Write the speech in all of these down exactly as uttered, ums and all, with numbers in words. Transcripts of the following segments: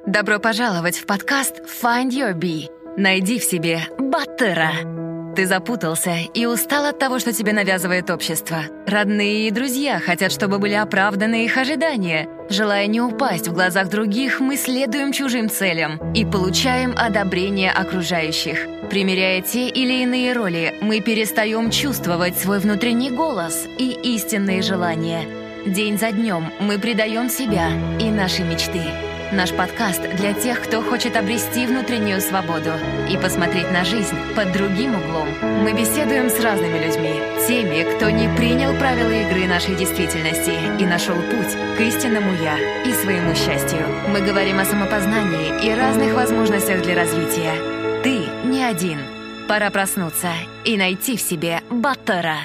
Добро пожаловать в подкаст Find Your Bee. Найди в себе Баттера. Ты запутался и устал от того, что тебе навязывает общество. Родные и друзья хотят, чтобы были оправданы их ожидания. Желая не упасть в глазах других, мы следуем чужим целям и получаем одобрение окружающих. Примеряя те или иные роли, мы перестаем чувствовать свой внутренний голос и истинные желания. День за днем мы предаем себя и наши мечты. Наш подкаст для тех, кто хочет обрести внутреннюю свободу и посмотреть на жизнь под другим углом. Мы беседуем с разными людьми, теми, кто не принял правила игры нашей действительности и нашел путь к истинному «я» и своему счастью. Мы говорим о самопознании и разных возможностях для развития. Ты не один. Пора проснуться и найти в себе Баттера.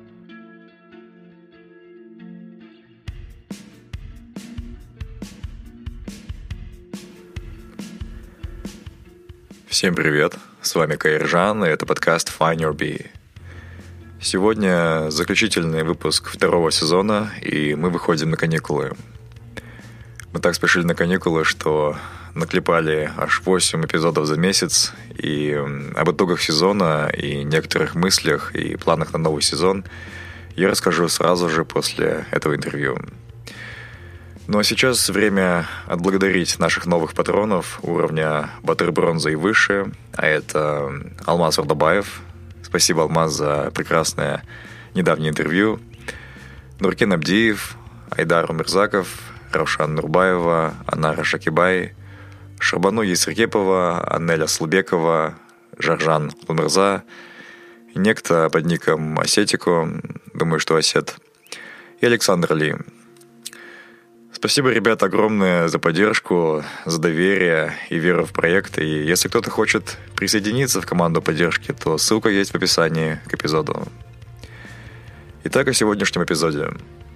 Всем привет, с вами Каиржан, и это подкаст Find Your Bee. Сегодня заключительный выпуск второго сезона, и мы выходим на каникулы. Мы так спешили на каникулы, что наклепали аж восемь эпизодов за месяц, и об итогах сезона, и некоторых мыслях, и планах на новый сезон я расскажу сразу же после этого интервью. Ну а сейчас время отблагодарить наших новых патронов уровня Баттер Бронза и выше, а это Алмаз Ордабаев. Спасибо, Алмаз, за прекрасное недавнее интервью. Нуркен Абдиев, Айдар Умирзаков, Раушан Нурбаева, Анара Шакибай, Шарбану Есергепова, Анеля Слубекова, Жаржан Умирза, некто под ником Осетико, думаю, что Осет, и Александр Ли. Спасибо, ребята, огромное за поддержку, за доверие и веру в проект. И если кто-то хочет присоединиться в команду поддержки, то ссылка есть в описании к эпизоду. Итак, о сегодняшнем эпизоде.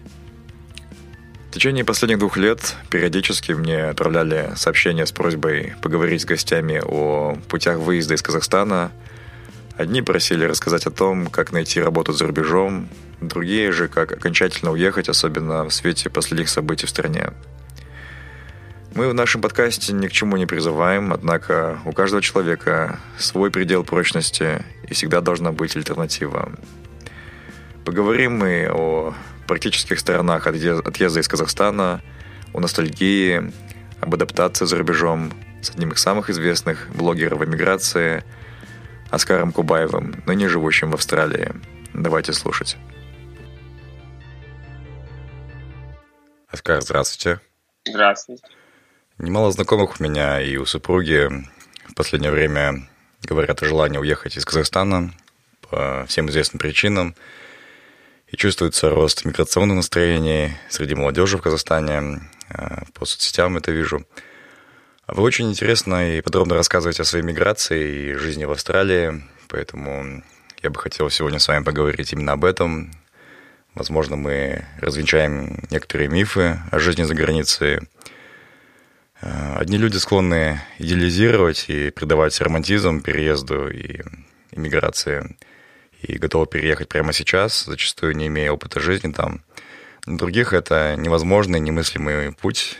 В течение последних двух лет периодически мне отправляли сообщения с просьбой поговорить с гостями о путях выезда из Казахстана. Одни просили рассказать о том, как найти работу за рубежом, другие же, как окончательно уехать, особенно в свете последних событий в стране. Мы в нашем подкасте ни к чему не призываем, однако у каждого человека свой предел прочности, и всегда должна быть альтернатива. Поговорим мы о практических сторонах отъезда из Казахстана, о ностальгии, об адаптации за рубежом с одним из самых известных блогеров эмиграции – Оскаром Кубаевым, ныне живущим в Австралии. Давайте слушать. Оскар, здравствуйте. Здравствуйте. Немало знакомых у меня и у супруги в последнее время говорят о желании уехать из Казахстана по всем известным причинам. И чувствуется рост миграционных настроений среди молодежи в Казахстане. По соцсетям это вижу. Вы очень интересно и подробно рассказываете о своей миграции и жизни в Австралии, поэтому я бы хотел сегодня с вами поговорить именно об этом. Возможно, мы развенчаем некоторые мифы о жизни за границей. Одни люди склонны идеализировать и придавать романтизм переезду и иммиграции, и готовы переехать прямо сейчас, зачастую не имея опыта жизни там. Для других это невозможный, немыслимый путь,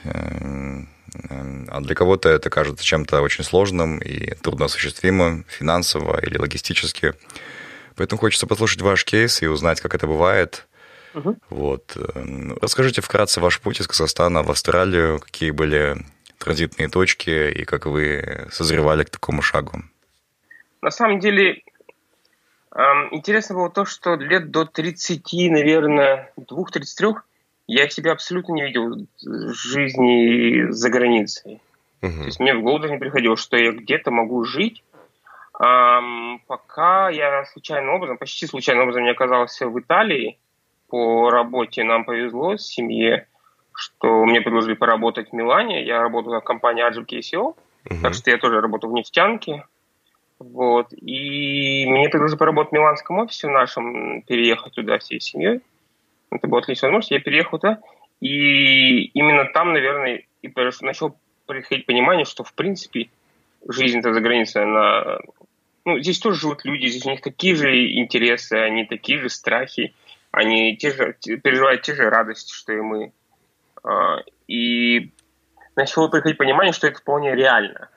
а для кого-то это кажется чем-то очень сложным и трудноосуществимым финансово или логистически. Поэтому хочется послушать ваш кейс и узнать, как это бывает. Uh-huh. Вот. Расскажите вкратце ваш путь из Казахстана в Австралию, какие были транзитные точки и как вы созревали к такому шагу. На самом деле, интересно было то, что лет до тридцати, наверное, двух-тридцати трёх я себя абсолютно не видел в жизни за границей. Uh-huh. То есть мне в голову даже не приходило, что я где-то могу жить, эм, пока я случайным образом, почти случайным образом не оказался в Италии по работе. Нам повезло с семье, что мне предложили поработать в Милане. Я работал в компании Agile кей си о, uh-huh. так что я тоже работал в нефтянке. Вот. И мне предложили поработать в миланском офисе в нашем, переехать туда всей семьей. Это была отличная возможность. Я переехал туда, и именно там, наверное, и начал приходить понимание, что, в принципе, жизнь-то за границей, она... Ну, здесь тоже живут люди, здесь у них такие же интересы, они такие же страхи, они те же, переживают те же радости, что и мы. И, начало приходить понимание, что это вполне реально.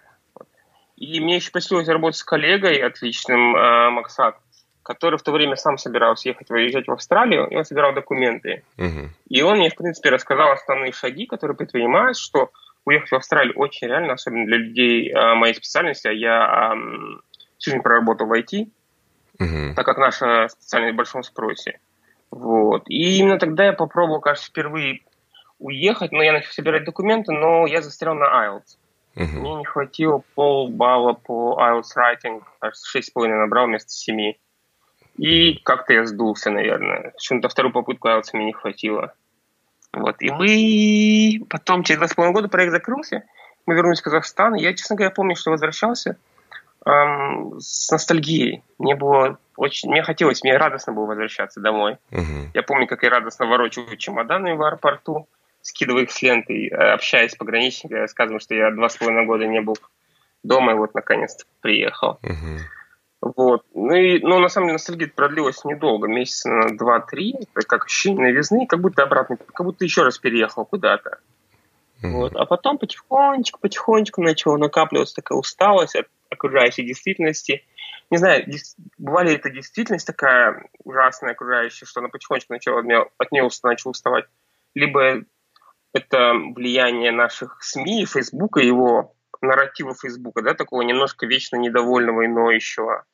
И мне еще пришлось работать с коллегой отличным, э, Максат, который в то время сам собирался ехать, выезжать в Австралию, и он собирал документы. Uh-huh. И он мне, в принципе, рассказал основные шаги, которые предпринимают, что уехать в Австралию очень реально, особенно для людей э, моей специальности. Я э, всю жизнь проработал в ай ти, uh-huh. так как наша специальность в большом спросе. Вот. И именно тогда я попробовал, кажется, впервые уехать, но я начал собирать документы, но я застрял на айлтс. Uh-huh. Мне не хватило полбалла по айлтс Writing, кажется, шесть с половиной набрал вместо семи. И как-то я сдулся, наверное. Почему-то вторую попытку айлтс мне не хватило. Вот. И мы потом, через два с половиной года проект закрылся, мы вернулись в Казахстан. Я, честно говоря, помню, что возвращался эм, с ностальгией. Мне было очень... Мне хотелось, мне радостно было возвращаться домой. Uh-huh. Я помню, как я радостно ворочаю чемоданы в аэропорту, скидываю их с ленты, общаясь с пограничниками, рассказываю, что я два с половиной года не был дома, и вот наконец-то приехал. Uh-huh. Вот. Ну, и, ну, на самом деле, ностальгия продлилась недолго, месяца на два-три, как ощущение новизны, как будто обратно, как будто еще раз переехал куда-то. Uh-huh. Вот. А потом потихонечку, потихонечку начала накапливаться такая усталость от окружающей действительности. Не знаю, бывали это действительность такая ужасная окружающая, что она потихонечку начала от нее, от нее начала уставать. Либо это влияние наших СМИ, Фейсбука, его нарратива Фейсбука, да, такого немножко вечно недовольного и ноющего.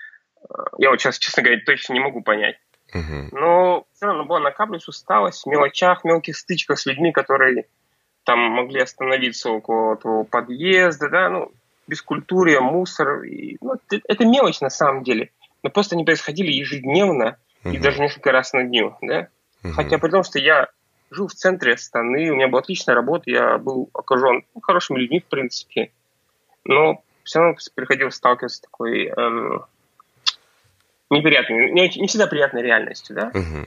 Я вот сейчас, честно говоря, точно не могу понять. Uh-huh. Но все равно была накапливаться усталость в мелочах, мелких стычках с людьми, которые там могли остановиться около твоего подъезда, да, ну, бескультурие, мусор. И, ну, это, это мелочь на самом деле. Но просто они происходили ежедневно uh-huh. и даже несколько раз на дню, да. Uh-huh. Хотя при том, что я жил в центре Астаны, у меня была отличная работа, я был окружен ну, хорошими людьми, в принципе, но все равно приходилось сталкиваться с такой эм, неприятной, не, не всегда приятной реальностью, да? Uh-huh.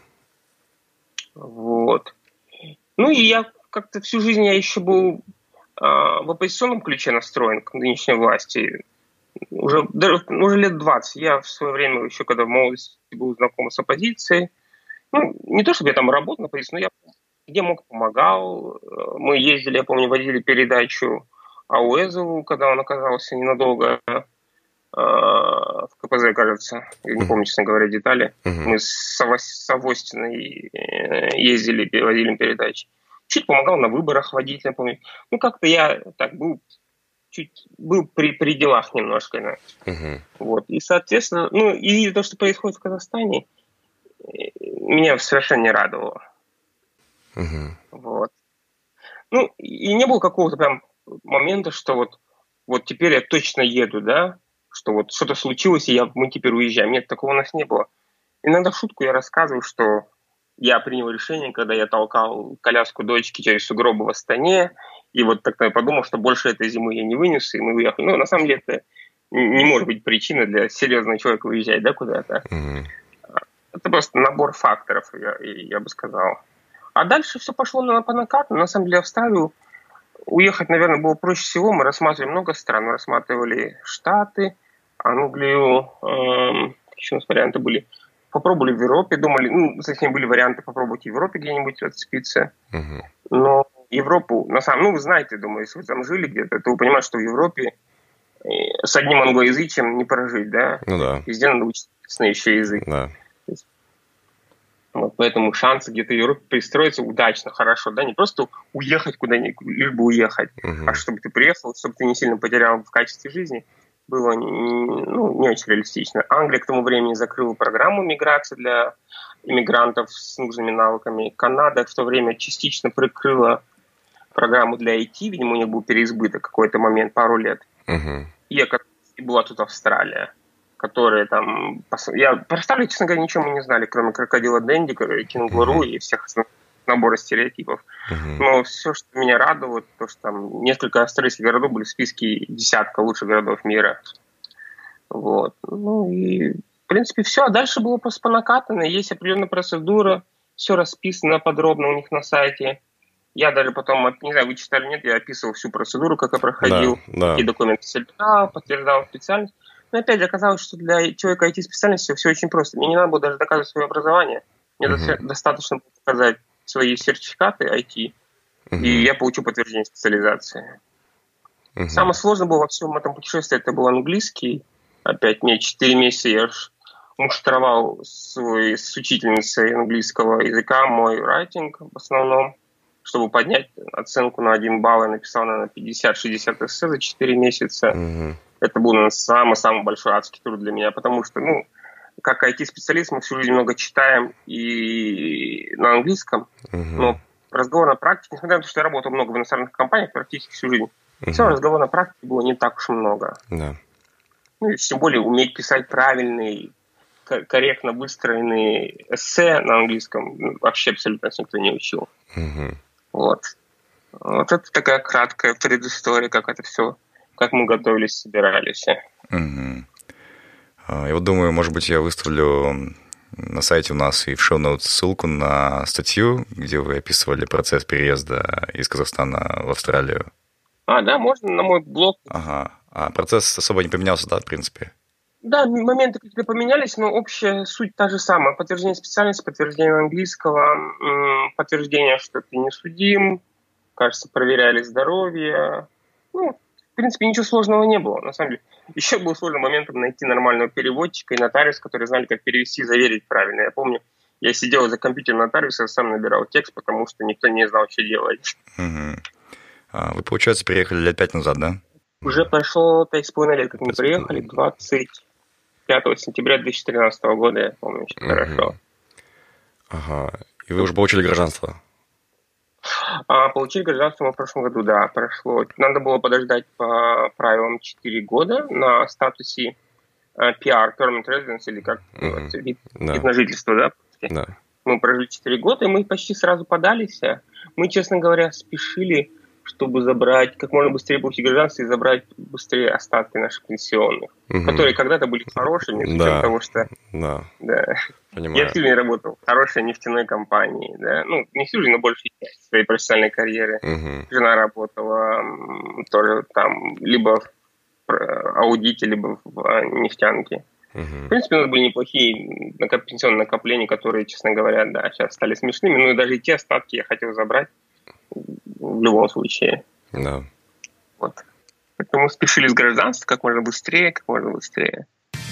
Вот. Ну и я как-то всю жизнь я еще был э, в оппозиционном ключе настроен к нынешней власти. Уже, даже, уже лет двадцать. Я в свое время, еще когда в молодости был знаком с оппозицией, ну, не то чтобы я там работал на оппозиции, но я где мог, помогал. Мы ездили, я помню, водили передачу Ауэзову, когда он оказался ненадолго э, в ка пэ зэ, кажется. Я не помню, честно говоря, детали. Uh-huh. Мы с Авостиной ездили, водили передачи. Чуть помогал на выборах водить, я помню. Ну, как-то я так был, чуть был при, при делах немножко. Да. Uh-huh. Вот. И, соответственно, ну, и то, что происходит в Казахстане, меня совершенно не радовало. Uh-huh. Вот. Ну, и не было какого-то прям момента, что вот, вот теперь я точно еду, да, что вот что-то случилось, и я, мы теперь уезжаем. Нет, такого у нас не было. Иногда в шутку я рассказываю, что я принял решение, когда я толкал коляску дочки через сугробы в Астане, и вот тогда я подумал, что больше этой зимы я не вынесу, и мы уехали. Ну, на самом деле, это не может быть причиной для серьезного человека выезжать, да, куда-то. Uh-huh. Это просто набор факторов, я, я бы сказал. А дальше все пошло на, по накату. На самом деле, Австралию уехать, наверное, было проще всего. Мы рассматривали много стран. Мы рассматривали Штаты, Англию, эм, еще у нас варианты были. Попробовали в Европе, думали, ну, кстати, были варианты попробовать в Европе где-нибудь отцепиться. Uh-huh. Но Европу, на самом деле, ну, вы знаете, думаю, если вы там жили где-то, то вы понимаете, что в Европе с одним англоязычием не прожить, да? Ну да. Везде надо учить еще язык. Да. Вот поэтому шансы где-то в Европе пристроиться удачно, хорошо, да, не просто уехать куда-нибудь, лишь бы уехать, uh-huh. а чтобы ты приехал, чтобы ты не сильно потерял в качестве жизни, было не, ну, не очень реалистично. Англия к тому времени закрыла программу миграции для иммигрантов с нужными навыками. Канада в то время частично прикрыла программу для ай ти, видимо, у них был переизбыток какой-то момент, пару лет. Uh-huh. И, и была тут Австралия, которые там... Я про Австралию, честно говоря, ничего мы не знали, кроме крокодила Дэнди, кенгуру uh-huh. и всех набора стереотипов. Uh-huh. Но все, что меня радовало, то, что там несколько австралийских городов были в списке десятка лучших городов мира. Вот. Ну и, в принципе, все. А дальше было просто по накатанной. Есть определенная процедура, все расписано подробно у них на сайте. Я даже потом, не знаю, вы читали, нет, я описывал всю процедуру, как я проходил, да, какие да. документы собирал, подтверждал специальность. Но опять же оказалось, что для человека ай ти-специальности все очень просто. Мне не надо было даже доказывать свое образование. Мне uh-huh. достаточно было показать свои сертификаты ай ти, Uh-huh. И я получил подтверждение специализации. Uh-huh. Самое сложное было во всем этом путешествии, это был английский. Опять мне четыре месяца я муштровал свой, с учительницей английского языка мой райтинг в основном, чтобы поднять оценку на один балл. Я написал, наверное, пятьдесят-шестьдесят эссе за четыре месяца. Uh-huh. Это был, наверное, самый-самый большой адский труд для меня, потому что, ну, как ай ти-специалист мы всю жизнь много читаем и на английском, uh-huh. но разговор на практике, несмотря на то, что я работал много в иностранных компаниях практически всю жизнь, uh-huh. все разговор на практике было не так уж много. Uh-huh. Ну, и тем более уметь писать правильный, корректно выстроенные эссе на английском вообще абсолютно никто не учил. Uh-huh. Вот. Вот это такая краткая предыстория, как это все, как мы готовились, собирались. Uh-huh. Я вот думаю, может быть, я выставлю на сайте у нас и в шоу-ноут ссылку на статью, где вы описывали процесс переезда из Казахстана в Австралию. А, да, можно на мой блог. Ага. А процесс особо не поменялся, да, в принципе? Да, моменты какие-то поменялись, но общая суть та же самая. Подтверждение специальности, подтверждение английского, подтверждение, что ты не судим, кажется, проверяли здоровье. Ну, в принципе, ничего сложного не было, на самом деле. Еще был сложным моментом найти нормального переводчика и нотариуса, которые знали, как перевести и заверить правильно. Я помню, я сидел за компьютером нотариуса, сам набирал текст, потому что никто не знал, что делать. Угу. А вы, получается, приехали лет пять назад, да? Уже прошло пять с половиной лет, как мы приехали, двадцать пятого сентября две тысячи тринадцатого года, я помню, очень угу. хорошо. Ага. И вы уже получили гражданство? А, получили гражданство мы в прошлом году, да, прошло. Надо было подождать по правилам четыре года на статусе пи ар, Permanent Residence, или как uh-huh. вид, да. вид на жительство, да? Да. Мы прожили четыре года, и мы почти сразу подались. Мы, честно говоря, спешили, чтобы забрать, как можно быстрее получить гражданство и забрать быстрее остатки наших пенсионных, uh-huh. которые когда-то были хорошими, да. потому что... Да. Да. Понимаю. Я всю жизнь работал в хорошей нефтяной компании, да, ну, не всю жизнь, но большую часть своей профессиональной карьеры. Uh-huh. Жена работала тоже там либо в аудите, либо в нефтянке. Uh-huh. В принципе, у нас были неплохие пенсионные накопления, которые, честно говоря, да, сейчас стали смешными, но и даже и те остатки я хотел забрать в любом случае. Да. Вот. Поэтому спешили с гражданством как можно быстрее, как можно быстрее.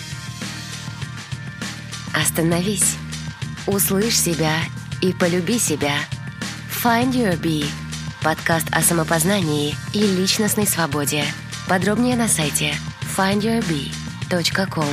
Остановись, услышь себя и полюби себя. Find Your Bee – подкаст о самопознании и личностной свободе. Подробнее на сайте файнд юр би точка ком.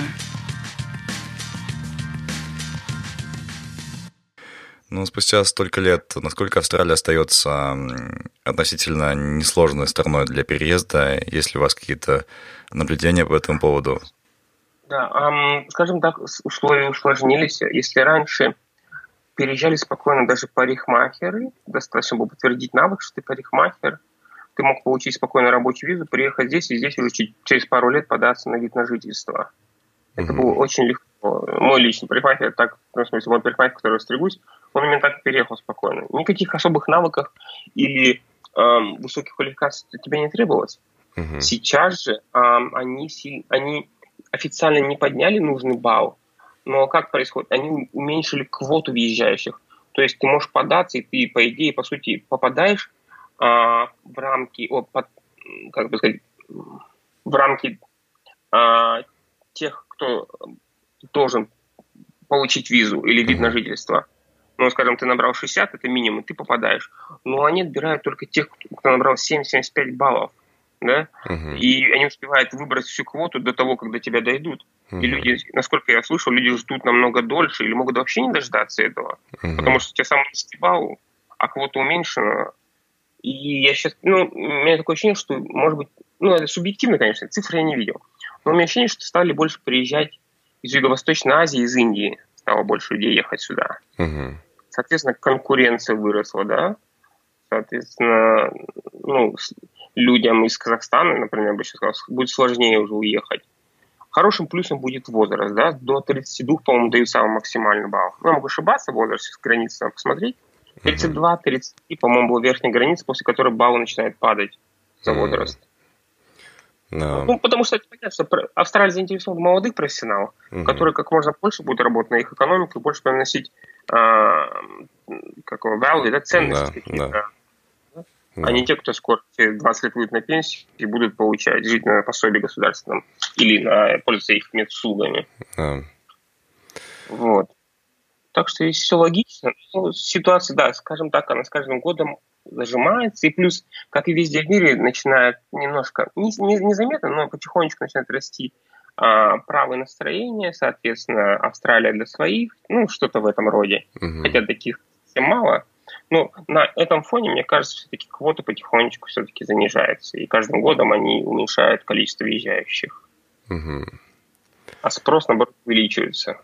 Ну, спустя столько лет, насколько Австралия остается относительно несложной страной для переезда? Есть ли у вас какие-то наблюдения по этому поводу? Да, эм, скажем так, условия усложнились. Если раньше переезжали спокойно даже парикмахеры, достаточно было подтвердить навык, что ты парикмахер, ты мог получить спокойно рабочую визу, приехать здесь, и здесь уже через пару лет податься на вид на жительство. Mm-hmm. Это было очень легко. Мой личный парикмахер, так, в смысле, мой парикмахер, который стригусь, он именно так переехал спокойно. Никаких особых навыков или эм, высоких квалификаций от тебя не требовалось. Mm-hmm. Сейчас же эм, они, они официально не подняли нужный балл, но как происходит? Они уменьшили квоту въезжающих. То есть ты можешь податься, и ты, по идее, по сути, попадаешь а, в рамки, о, под, как бы сказать, в рамки а, тех, кто должен получить визу или вид на жительство. Ну, скажем, ты набрал шестьдесят, это минимум, ты попадаешь. Но они отбирают только тех, кто набрал семьдесят-семьдесят пять баллов. Да? Uh-huh. И они успевают выбрать всю квоту до того, когда тебя дойдут. Uh-huh. И люди, насколько я слышал, люди ждут намного дольше или могут вообще не дождаться этого. Uh-huh. Потому что у тебя самый низкий балл, а квота уменьшена. И я сейчас, ну, у меня такое ощущение, что, может быть, ну, это субъективно, конечно, цифры я не видел. Но у меня ощущение, что стали больше приезжать из Юго-Восточной Азии, из Индии. Стало больше людей ехать сюда. Uh-huh. Соответственно, конкуренция выросла, да. Соответственно, ну, людям из Казахстана, например, я бы сейчас сказал, будет сложнее уже уехать. Хорошим плюсом будет возраст, да, до тридцати двух, по-моему, дают самый максимальный балл. Ну, я могу ошибаться, возраст, сейчас границы надо посмотреть. тридцать два тридцать три, по-моему, была верхняя граница, после которой баллы начинают падать за возраст. No. Ну, потому что это понятно, что Австралия заинтересована в молодых профессионалах, uh-huh. которые как можно больше будут работать на их экономику и больше приносить а, какого value, да, ценности да, какие-то. да. Да. А не те, кто скоро через двадцать лет выйдет на пенсию и будут получать жизненное пособие государственном или на, пользоваться их медуслугами. Да. Вот. Так что здесь все логично. Ну, ситуация, да, скажем так, она с каждым годом зажимается. И плюс, как и везде в мире, начинает немножко, не, не, незаметно, но потихонечку начинает расти а, правые настроения. Соответственно, Австралия для своих, ну, что-то в этом роде. Угу. Хотя таких совсем мало. Но на этом фоне, мне кажется, все-таки квоты потихонечку все-таки занижаются. И каждым годом они уменьшают количество въезжающих. Угу. А спрос, наоборот, увеличивается.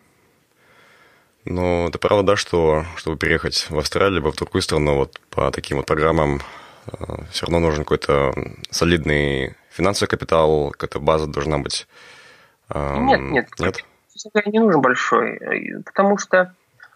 Ну, это правда, да, что чтобы переехать в Австралию, либо в другую страну, вот по таким вот программам э, все равно нужен какой-то солидный финансовый капитал, какая-то база должна быть. Э, нет, нет, нет, не нужен большой, потому что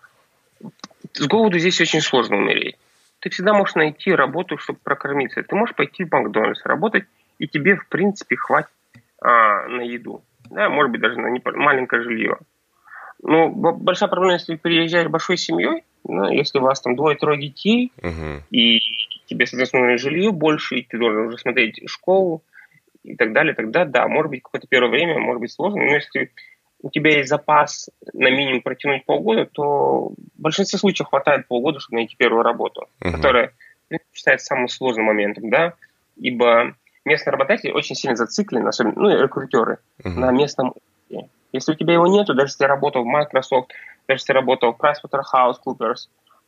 с голоду здесь очень сложно умереть. Ты всегда можешь найти работу, чтобы прокормиться. Ты можешь пойти в Макдональдс работать, и тебе, в принципе, хватит а, на еду. Да, может быть, даже на не... маленькое жилье. Ну, большая проблема, если ты приезжаешь большой семьей, ну, если у вас там двое-трое детей, uh-huh. и тебе, соответственно, нужно жилье больше, и ты должен уже смотреть школу и так далее, тогда, да, может быть, какое-то первое время может быть сложно, но если у тебя есть запас на минимум протянуть полгода, то в большинстве случаев хватает полгода, чтобы найти первую работу, uh-huh. которая считается самым сложным моментом, да, ибо местные работодатели очень сильно зациклены, особенно, ну, и рекрутеры, uh-huh. на местном опыте. Если у тебя его нету, даже если ты работал в Microsoft, даже если ты работал в PricewaterhouseCoopers,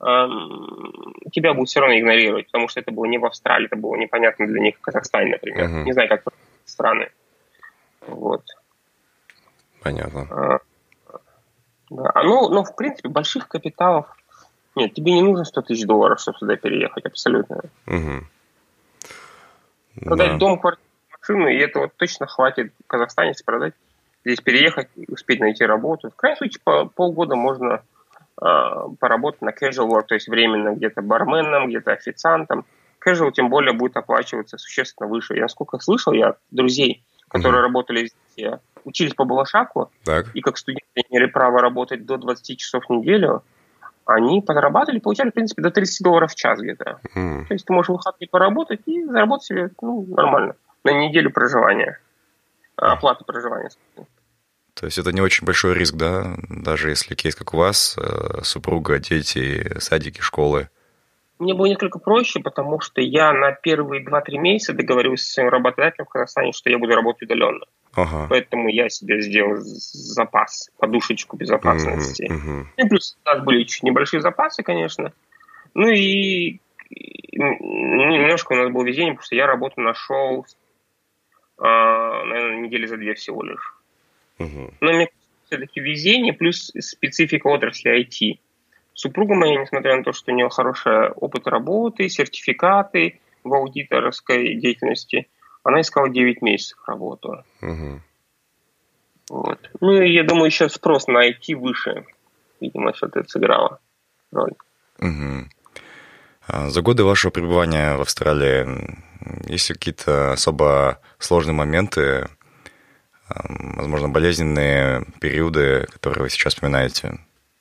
эм, тебя будут все равно игнорировать, потому что это было не в Австралии, это было непонятно для них в Казахстане, например. Uh-huh. Не знаю, как в страны. Вот. Понятно. А, да. Ну, но, в принципе, больших капиталов нет. Тебе не нужно сто тысяч долларов, чтобы сюда переехать, абсолютно. Uh-huh. Продать да. дом, квартиру, машину, и этого точно хватит в Казахстане, если продать. Здесь переехать, успеть найти работу. В крайнем случае, по полгода можно э, поработать на casual work, то есть временно где-то барменом, где-то официантом. Casual, тем более, будет оплачиваться существенно выше. Я, насколько слышал, я от друзей, которые mm-hmm. работали здесь, учились по Балашаху, так. и как студенты имели право работать до двадцать часов в неделю, они подрабатывали, получали, в принципе, до тридцать долларов в час где-то. Mm-hmm. То есть ты можешь в выходные поработать и заработать себе ну, нормально на неделю проживания. Оплата проживания. То есть это не очень большой риск, да? Даже если кейс, как у вас, супруга, дети, садики, школы. Мне было несколько проще, потому что я на первые два-три месяца договорился со своим работодателем в Казахстане, что я буду работать удаленно. Ага. Поэтому я себе сделал запас, подушечку безопасности. Uh-huh, uh-huh. И плюс у нас были чуть небольшие запасы, конечно. Ну и немножко у нас было везение, потому что я работу нашел наверное, недели за две всего лишь. Uh-huh. Но мне все-таки везение плюс специфика отрасли ай ти. Супруга моя, несмотря на то, что у нее хороший опыт работы, сертификаты в аудиторской деятельности, она искала девять месяцев работу. Uh-huh. Вот. Ну и я думаю, сейчас спрос на ай ти выше. Видимо, что-то это сыграло роль. Uh-huh. За годы вашего пребывания в Австралии есть какие-то особо сложные моменты, возможно, болезненные периоды, которые вы сейчас вспоминаете?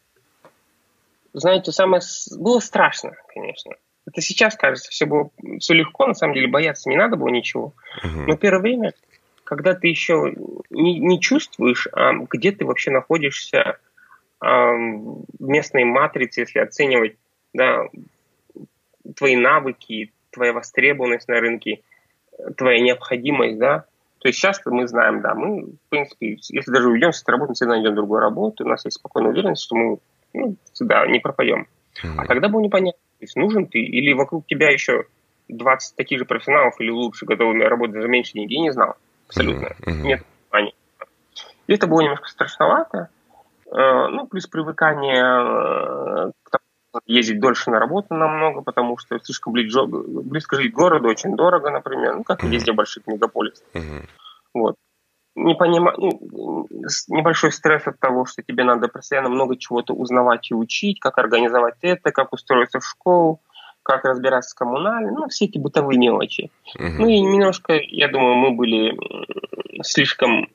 Знаете, самое было страшно, конечно. Это сейчас кажется, все было все легко, на самом деле бояться не надо было ничего. Uh-huh. Но первое время, когда ты еще не, не чувствуешь, а где ты вообще находишься а, в местной матрице, если оценивать, да, твои навыки, твоя востребованность на рынке, твоя необходимость, да. То есть часто мы знаем, да, мы, в принципе, если даже уйдем с этой работы, мы всегда найдем другую работу, у нас есть спокойная уверенность, что мы ну, всегда не пропадем. Mm-hmm. А тогда было непонятно, то есть нужен ты, или вокруг тебя еще двадцать таких же профессионалов или лучше, готовыми работать за меньше денег, я не знал. Абсолютно. Mm-hmm. Нет понимания. И это было немножко страшновато. Ну, плюс привыкание к тому, ездить дольше на работу намного, потому что слишком близко, близко жить к городу очень дорого, например, ну, как и везде в больших мегаполисах. Uh-huh. Вот. Не понима... ну, небольшой стресс от того, что тебе надо постоянно много чего-то узнавать и учить, как организовать это, как устроиться в школу, как разбираться с коммунальным, ну, все эти бытовые мелочи. Uh-huh. Ну, и немножко, я думаю, мы были слишком,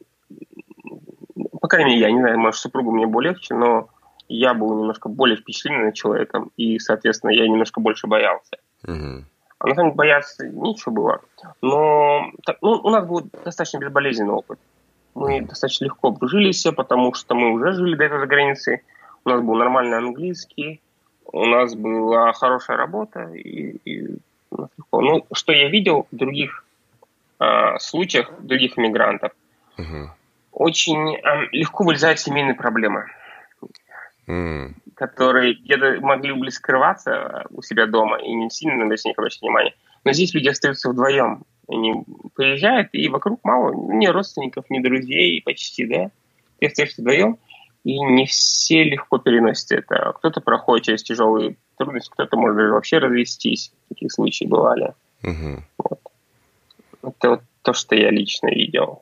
по крайней мере, я не знаю, может, супругу мне было легче, но я был немножко более впечатленным человеком, и, соответственно, я немножко больше боялся. Uh-huh. А на самом деле бояться нечего было. Но так, ну, у нас был достаточно безболезненный опыт. Мы достаточно легко обружились, потому что мы уже жили до этого за границей. У нас был нормальный английский, у нас была хорошая работа. И, и у нас легко. Ну, что я видел в других э, случаях, других иммигрантов, uh-huh. очень э, легко вылезают семейные проблемы. Mm. Которые где-то могли бы скрываться у себя дома и не сильно на них обращать внимание. Но здесь люди остаются вдвоем. Они приезжают, и вокруг мало ни родственников, ни друзей почти, да. Ты остаешься вдвоем, и не все легко переносят это. Кто-то проходит через тяжелые трудности, кто-то может даже вообще развестись. Такие случаи бывали. Mm-hmm. Вот. Это вот то, что я лично видел.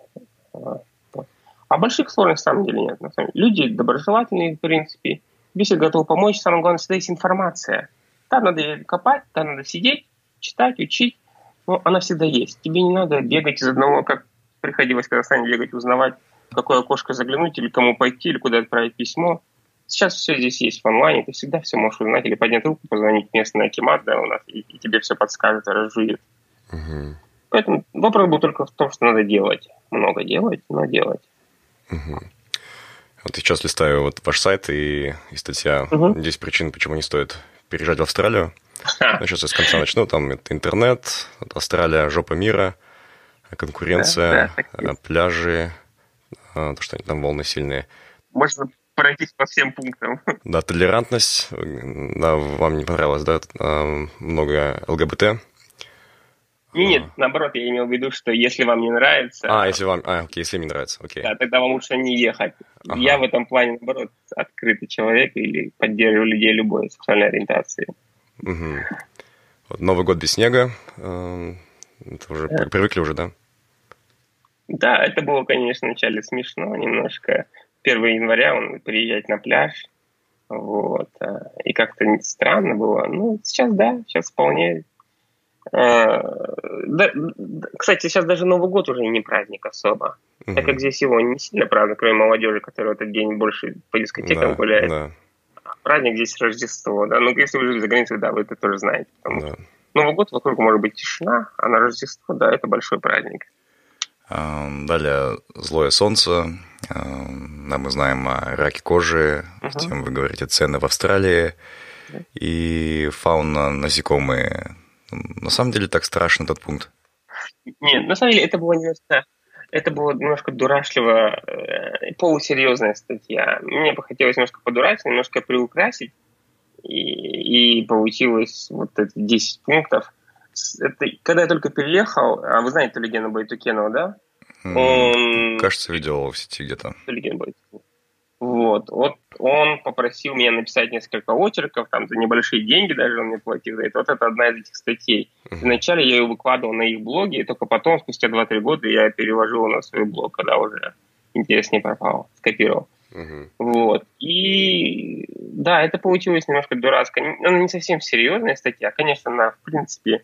А больших сложностей на самом деле нет. На самом деле. Люди доброжелательные, в принципе. Тебе все готовы помочь. Самое главное, всегда есть информация. Там надо копать, там надо сидеть, читать, учить. Но она всегда есть. Тебе не надо бегать из одного, как приходилось в Казахстане бегать, узнавать, в какое окошко заглянуть, или кому пойти, или куда отправить письмо. Сейчас все здесь есть в онлайне. Ты всегда все можешь узнать. Или поднять руку, позвонить в местный акимат, да, у нас, и, и тебе все подскажет, разжует. Угу. Поэтому вопрос был только в том, что надо делать. Много делать, но делать. Угу. Вот я сейчас листаю вот ваш сайт, и, и статья угу. десять причин, почему не стоит переезжать в Австралию. Ну, сейчас я с конца начну. Там это интернет, Австралия, жопа мира, конкуренция, да, да, пляжи, то, что они там волны сильные. Можно пройтись по всем пунктам. Да, толерантность. Да, вам не понравилось, да? Много ЛГБТ. Нет, наоборот, я имел в виду, что если вам не нравится... А, если вам... А, окей, если им не нравится, окей. Да, тогда вам лучше не ехать. Ага. Я в этом плане, наоборот, открытый человек или поддерживаю людей любой сексуальной ориентации. Угу. Вот Новый год без снега. Это уже да. Привыкли уже, да? Да, это было, конечно, вначале смешно немножко. первого января он приезжать на пляж. Вот. И как-то странно было. Ну, сейчас да, сейчас вполне... Да, кстати, сейчас даже Новый год уже не праздник особо, mm-hmm. так как здесь его не сильно празднуют, кроме молодежи, которая в этот день больше по дискотекам да, гуляет. Да. Праздник здесь Рождество, да. Ну, если вы жили за границей, да, вы это тоже знаете. Да. Новый год вокруг может быть тишина, а на Рождество, да, это большой праздник. Далее злое солнце. Да, мы знаем о раке кожи, uh-huh. затем вы говорите цены в Австралии uh-huh. и фауна, насекомые. На самом деле так страшно этот пункт? Нет, на самом деле это было немножко, это было немножко дурашливо, э, полусерьезная статья. Мне бы хотелось немножко подурачить, немножко приукрасить, и, и получилось вот эти десять пунктов. Это, когда я только переехал, а вы знаете Тулигена Байтукенова, да? Он... Кажется, видел в сети где-то. Тулиген Байтукенов. Вот, вот он попросил меня написать несколько очерков, там, за небольшие деньги даже он мне платил за это. Вот это одна из этих статей. Uh-huh. Вначале я ее выкладывал на их блоге, и только потом, спустя два-три года, я переложил на свой блог, когда уже интерес не пропал, скопировал. Uh-huh. Вот. И да, это получилось немножко дурацко. Она не совсем серьезная статья. Конечно, она, в принципе,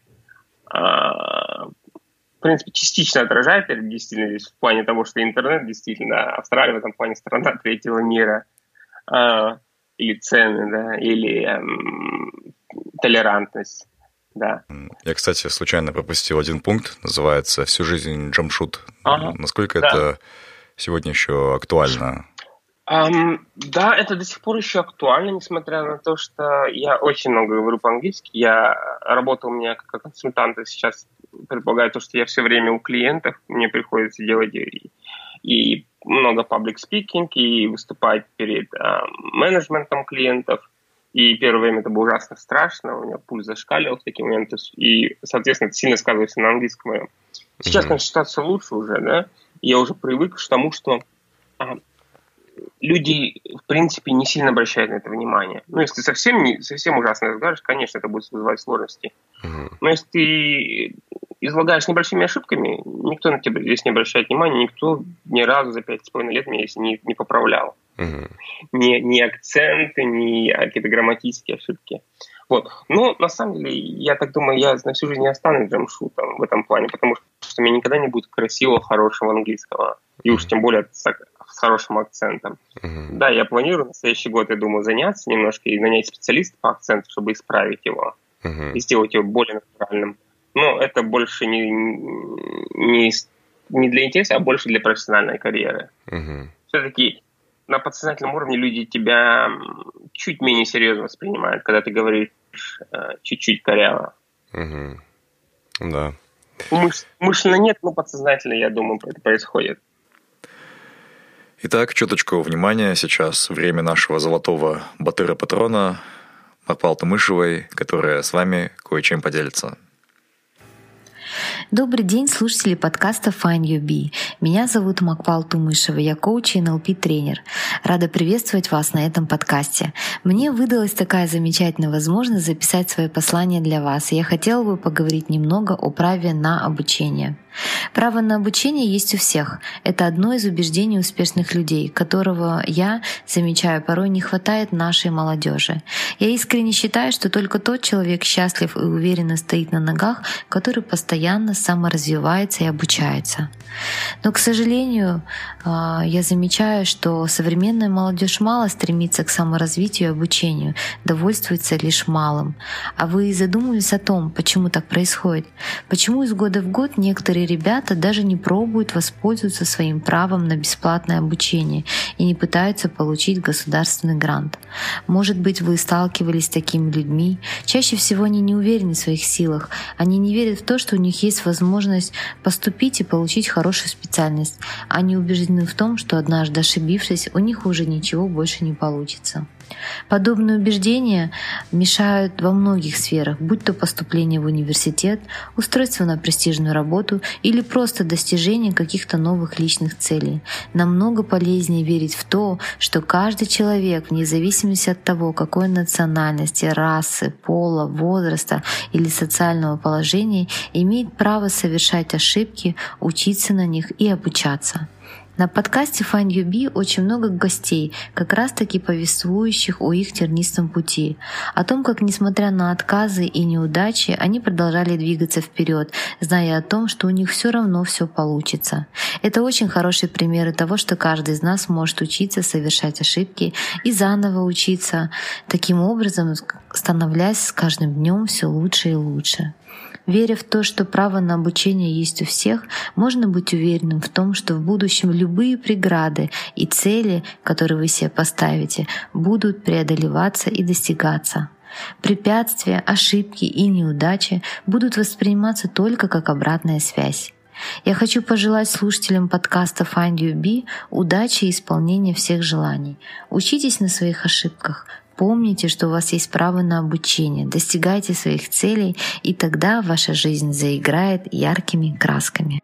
а- в принципе, частично отражает это действительно здесь в плане того, что интернет действительно, Австралия в этом плане страна третьего мира, э, или цены, да, или э, толерантность, да. Я, кстати, случайно пропустил один пункт, называется «Всю жизнь джампшут». Ага, Насколько да. это сегодня еще актуально? Um, да, это до сих пор еще актуально, несмотря на то, что я очень много говорю по-английски. Я работал у меня как консультант, сейчас предполагаю то, что я все время у клиентов, мне приходится делать и, и много public speaking, и выступать перед а, менеджментом клиентов. И первое время это было ужасно страшно, у меня пульс зашкаливал в такие моменты, и, соответственно, это сильно сказывается на английском моем. Сейчас, mm-hmm. конечно, ситуация лучше уже, да, я уже привык к тому, что а, люди, в принципе, не сильно обращают на это внимание. Ну, если ты совсем, не, совсем ужасно разговариваешь, конечно, это будет вызывать сложности. Mm-hmm. Но если ты излагаешь небольшими ошибками, никто на тебя здесь не обращает внимания, никто ни разу за пять с половиной лет меня здесь не, не поправлял. Mm-hmm. Ни, ни акценты, ни какие-то грамматические ошибки. Вот. Но, на самом деле, я так думаю, я на всю жизнь не останусь джампшутом в этом плане, потому что у меня никогда не будет красивого, хорошего английского. И уж тем более с, с хорошим акцентом. Mm-hmm. Да, я планирую на следующий год, я думаю, заняться немножко и нанять специалиста по акценту, чтобы исправить его. uh-huh. и сделать его более натуральным. Но это больше не, не, не для интереса, а больше для профессиональной карьеры. Uh-huh. Все-таки на подсознательном уровне люди тебя чуть менее серьезно воспринимают, когда ты говоришь э, чуть-чуть коряво. Uh-huh. Да. Умыш- умышленно нет, но подсознательно, я думаю, это происходит. Итак, чуточку внимания. Сейчас время нашего золотого батыра-патрона Макпал Тумышевой, которая с вами кое-чем поделится. Добрый день, слушатели подкаста Find Your Bee. Меня зовут Макпал Тумышева, я коуч и эн эл пи-тренер. Рада приветствовать вас на этом подкасте. Мне выдалась такая замечательная возможность записать свое послание для вас, и я хотела бы поговорить немного о праве на обучение. Право на обучение есть у всех. Это одно из убеждений успешных людей, которого, я замечаю, порой не хватает нашей молодежи. Я искренне считаю, что только тот человек счастлив и уверенно стоит на ногах, который постоянно саморазвивается и обучается. Но, к сожалению, я замечаю, что современная молодежь мало стремится к саморазвитию и обучению, довольствуется лишь малым. А вы задумывались о том, почему так происходит? Почему из года в год некоторые ребята даже не пробуют воспользоваться своим правом на бесплатное обучение и не пытаются получить государственный грант? Может быть, вы сталкивались с такими людьми? Чаще всего они не уверены в своих силах. Они не верят в то, что у них есть возможность поступить и получить хорошую специальность. Они убеждены в том, что однажды ошибившись, у них уже ничего больше не получится. Подобные убеждения мешают во многих сферах, будь то поступление в университет, устройство на престижную работу или просто достижение каких-то новых личных целей. Намного полезнее верить в то, что каждый человек, вне зависимости от того, какой национальности, расы, пола, возраста или социального положения, имеет право совершать ошибки, учиться на них и обучаться. На подкасте Find Your Bee очень много гостей, как раз-таки повествующих о их тернистом пути, о том, как, несмотря на отказы и неудачи, они продолжали двигаться вперед, зная о том, что у них все равно все получится. Это очень хорошие примеры того, что каждый из нас может учиться, совершать ошибки и заново учиться, таким образом становляясь с каждым днем все лучше и лучше. Веря в то, что право на обучение есть у всех, можно быть уверенным в том, что в будущем любые преграды и цели, которые вы себе поставите, будут преодолеваться и достигаться. Препятствия, ошибки и неудачи будут восприниматься только как обратная связь. Я хочу пожелать слушателям подкаста Find Your Bee удачи и исполнения всех желаний. Учитесь на своих ошибках. Помните, что у вас есть право на обучение, достигайте своих целей, и тогда ваша жизнь заиграет яркими красками.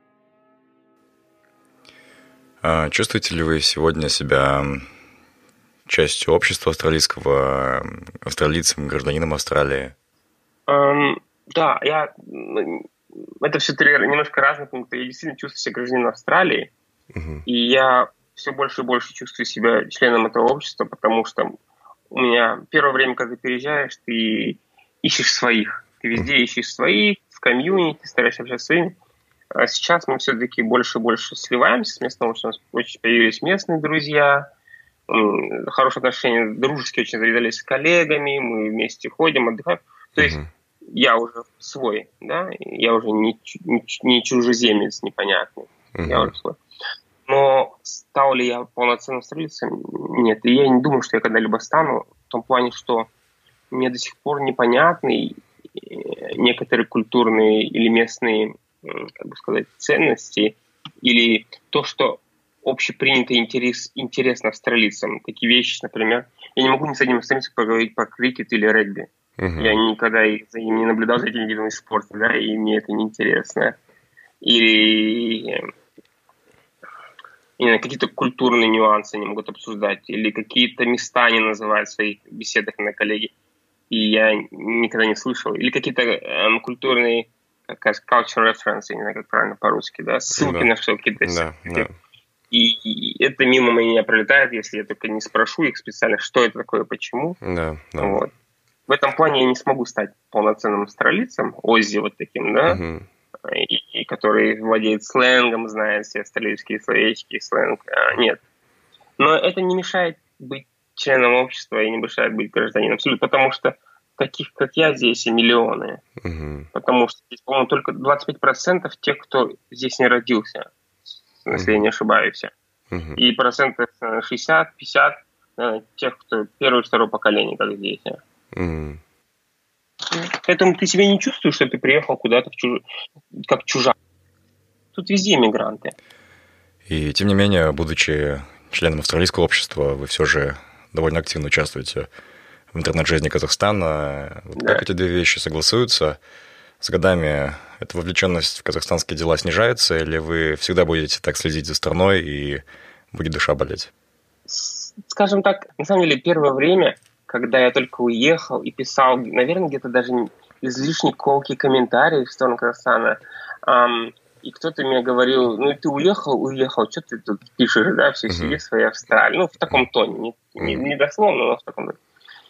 А чувствуете ли вы сегодня себя частью общества австралийского, австралийцем, гражданином Австралии? Um, да, я... Это все три немножко разные пункты. Я действительно чувствую себя гражданином Австралии, uh-huh. и я все больше и больше чувствую себя членом этого общества, потому что у меня первое время, когда ты переезжаешь, ты ищешь своих. Ты везде ищешь своих, в комьюнити, стараешься общаться с своими. А сейчас мы все-таки больше и больше сливаемся с местным обществом. У нас появились местные друзья, хорошие отношения, дружеские очень завязались с коллегами, мы вместе ходим, отдыхаем. То есть uh-huh. я уже свой, да, я уже не, не, не чужеземец непонятный, uh-huh. я уже свой. Но стал ли я полноценным австралийцем? Нет. И я не думаю, что я когда-либо стану. В том плане, что мне до сих пор непонятны некоторые культурные или местные, как бы сказать, ценности, или то, что общепринято интерес, интересно австралийцам. Такие вещи, например, я не могу ни с одним австралийцем поговорить про крикет или регби. Uh-huh. Я никогда за ним не наблюдал за этими видами спорта, да, и мне это неинтересно. Или... Именно какие-то культурные нюансы они могут обсуждать, или какие-то места они называют в своих беседах на коллеги, и я никогда не слышал. Или какие-то эм, культурные, как cultural reference, я не знаю, как правильно по-русски, да, ссылки да. на что какие-то. Да, да. И, и это мимо меня пролетает, если я только не спрошу их специально, что это такое, почему. Да, да. Вот. В этом плане я не смогу стать полноценным австралийцем, Оззи вот таким, да, угу. И, и который владеет сленгом, знает все австралийские словечки, сленг. А, нет. Но это не мешает быть членом общества и не мешает быть гражданином. Абсолютно. Потому что таких, как я, здесь и миллионы. Угу. Потому что здесь, по-моему, только двадцать пять процентов тех, кто здесь не родился, если я не ошибаюсь. Угу. И процентов шестьдесят-пятьдесят тех, кто первое и второе поколение, как здесь. Угу. Поэтому ты себя не чувствуешь, что ты приехал куда-то в чуж... как чужак. Тут везде мигранты. И тем не менее, будучи членом австралийского общества, вы все же довольно активно участвуете в интернет-жизни Казахстана. Вот да. Как эти две вещи согласуются? С годами эта вовлеченность в казахстанские дела снижается, или вы всегда будете так следить за страной и будет душа болеть? Скажем так, на самом деле, первое время, когда я только уехал и писал, наверное, где-то даже излишне колкие комментарии в сторону Казахстана, эм, и кто-то мне говорил, ну ты уехал, уехал, что ты тут пишешь, да, все сиди в своей Австралии. Ну, в таком тоне, не, не, не дословно, но в таком тоне.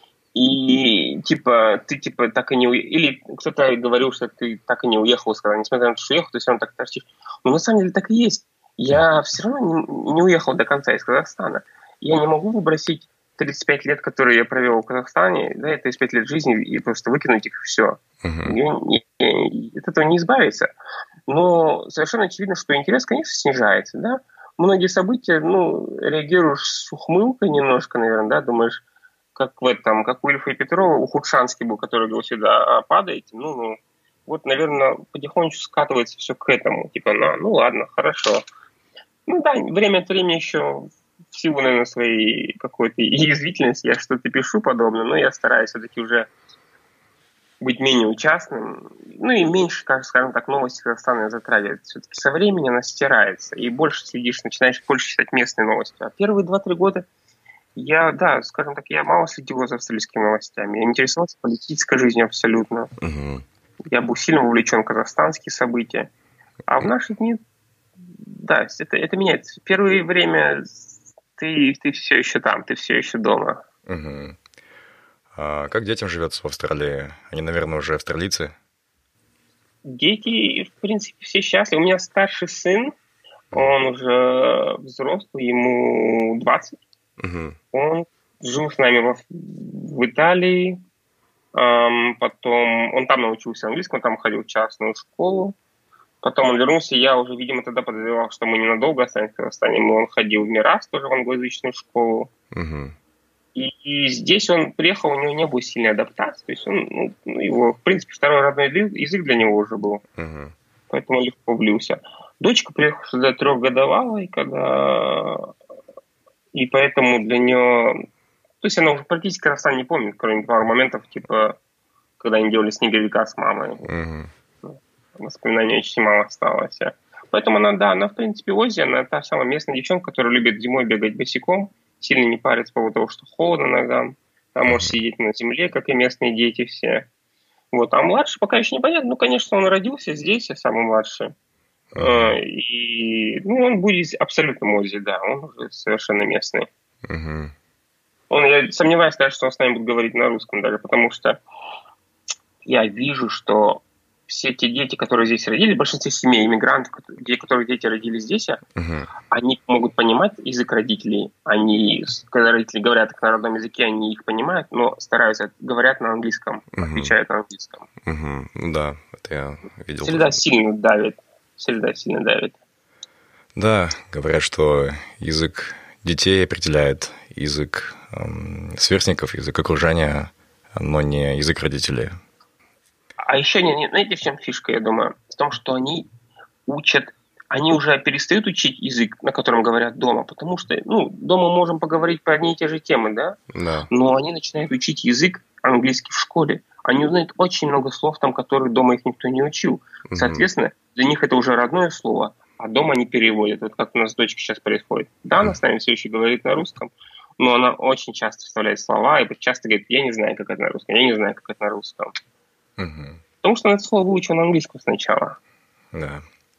И типа, ты типа так и не уехал. Или кто-то говорил, что ты так и не уехал, сказал, несмотря на то, что уехал, ты все равно так торчишь. Но на самом деле так и есть. Я все равно не, не уехал до конца из Казахстана. Я не могу выбросить тридцать пять лет, которые я провел в Казахстане, да, тридцать пять лет жизни, и просто выкинуть их, и все. Uh-huh. Я, я, я, от этого не избавиться. Но совершенно очевидно, что интерес, конечно, снижается, да. Многие события, ну, реагируешь с ухмылкой немножко, наверное, да, думаешь, как в этом, как у Ильфа и Петрова, у Худшанский был, который говорил всегда, падаете, ну, ну, вот, наверное, потихонечку скатывается все к этому, типа, ну, ну ладно, хорошо. Ну да, время от времени еще в силу, наверное, своей какой-то язвительности я что-то пишу подобное, но я стараюсь все-таки уже быть менее участным, ну и меньше, как, скажем так, новости Казахстана затрагивать. Все-таки со временем она стирается, и больше следишь, начинаешь больше читать местные новости. А первые два-три года я, да, скажем так, я мало следил за австралийскими новостями. Я интересовался политической жизнью абсолютно. Uh-huh. Я был сильно вовлечен в казахстанские события. А в наши дни, да, это, это меняется. Первое время ты, ты все еще там, ты все еще дома. Uh-huh. А как детям живется в Австралии? Они, наверное, уже австралийцы? Дети, в принципе, все счастливы. У меня старший сын, он уже взрослый, ему двадцать. Uh-huh. Он жил с нами в, в Италии, эм, потом он там научился английскому, там ходил в частную школу, потом он вернулся, я уже, видимо, тогда подозревал, что мы ненадолго останемся в Казахстане, он ходил в Мирас, тоже в англоязычную школу, uh-huh. и, и здесь он приехал, у него не было сильной адаптации, то есть он, ну, его, в принципе, второй родной язык для него уже был, uh-huh. поэтому он легко влился. Дочка приехала сюда трехгодовалой, когда... И поэтому для нее... То есть она уже практически Казахстан не помнит, кроме пару моментов, типа, когда они делали снеговика с мамой. Uh-huh. Воспоминаний очень мало осталось. Поэтому она, да, она, в принципе, Оззи, она та самая местная девчонка, которая любит зимой бегать босиком, сильно не парится по поводу того, что холодно ногам. Она может сидеть на земле, как и местные дети все. Вот. А младший пока еще непонятно. Ну, конечно, он родился здесь, я самый младший. Uh-huh. И ну, он будет абсолютно Оззи, да, он уже совершенно местный. Uh-huh. Он, я сомневаюсь, даже, что он с нами будет говорить на русском даже, потому что я вижу, что все те дети, которые здесь родились, большинство семей иммигрантов, где, которые дети родились здесь, uh-huh. они могут понимать язык родителей. Они, когда родители говорят на родном языке, они их понимают, но стараются, говорят на английском, uh-huh. отвечают на английском. Uh-huh. Да, это я видел. Среда сильно давит. Среда сильно давит. Да, говорят, что язык детей определяет язык эм, сверстников, язык окружения, но не язык родителей. А еще, не, не, знаете, в чем фишка, я думаю? В том, что они учат, они уже перестают учить язык, на котором говорят дома, потому что, ну, дома можем поговорить по одни и те же темы, да? Да. Но они начинают учить язык английский в школе. Они узнают очень много слов там, которые дома их никто не учил. Угу. Соответственно, для них это уже родное слово, а дома они переводят. Вот как у нас с дочкой сейчас происходит. Да, она с нами все еще говорит на русском, но она очень часто вставляет слова и часто говорит, я не знаю, как это на русском, я не знаю, как это на русском. Угу. Потому что она это слово выучила на английском сначала. Да.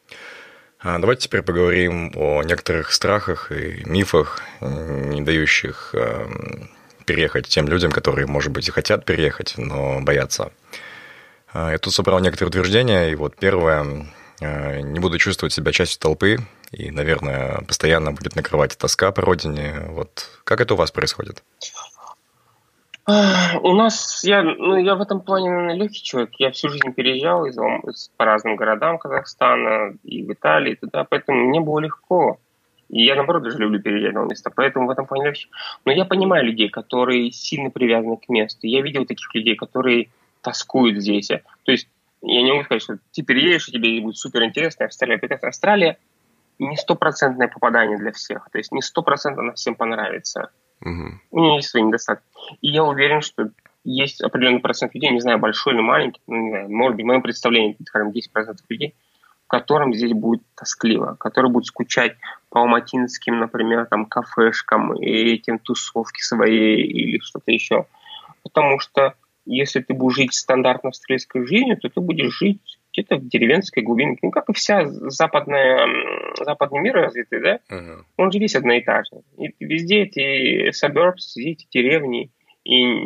А давайте теперь поговорим о некоторых страхах и мифах, не дающих э, переехать тем людям, которые, может быть, и хотят переехать, но боятся. Я тут собрал некоторые утверждения, и вот первое, не буду чувствовать себя частью толпы, и, наверное, постоянно будет накрывать тоска по родине. Вот как это у вас происходит? У нас, я, ну, я в этом плане, наверное, легкий человек. Я всю жизнь переезжал из, из, по разным городам Казахстана, и в Италии, и туда, поэтому мне было легко. И я, наоборот, даже люблю переезжать на место, поэтому в этом плане легче. Но я понимаю людей, которые сильно привязаны к месту. Я видел таких людей, которые тоскуют здесь. То есть я не могу сказать, что ты переедешь, и тебе будет суперинтересно. Австралия, Австралия не стопроцентное попадание для всех. То есть не сто процентов она всем понравится. Uh-huh. У нее есть свои недостатки. И я уверен, что есть определенный процент людей, не знаю, большой или маленький, ну, не знаю, может быть, в моем представлении, скажем, десять процентов людей, которым здесь будет тоскливо, которые будут скучать по алматинским, например, там, кафешкам и этим тусовке своей или что-то еще. Потому что если ты будешь жить стандартно австралийской жизнью, то ты будешь жить где-то в деревенской глубине. Ну, как и вся западная, западный мир развитый, да? Uh-huh. Он же весь одноэтажный. И везде эти suburbs, везде эти деревни. И...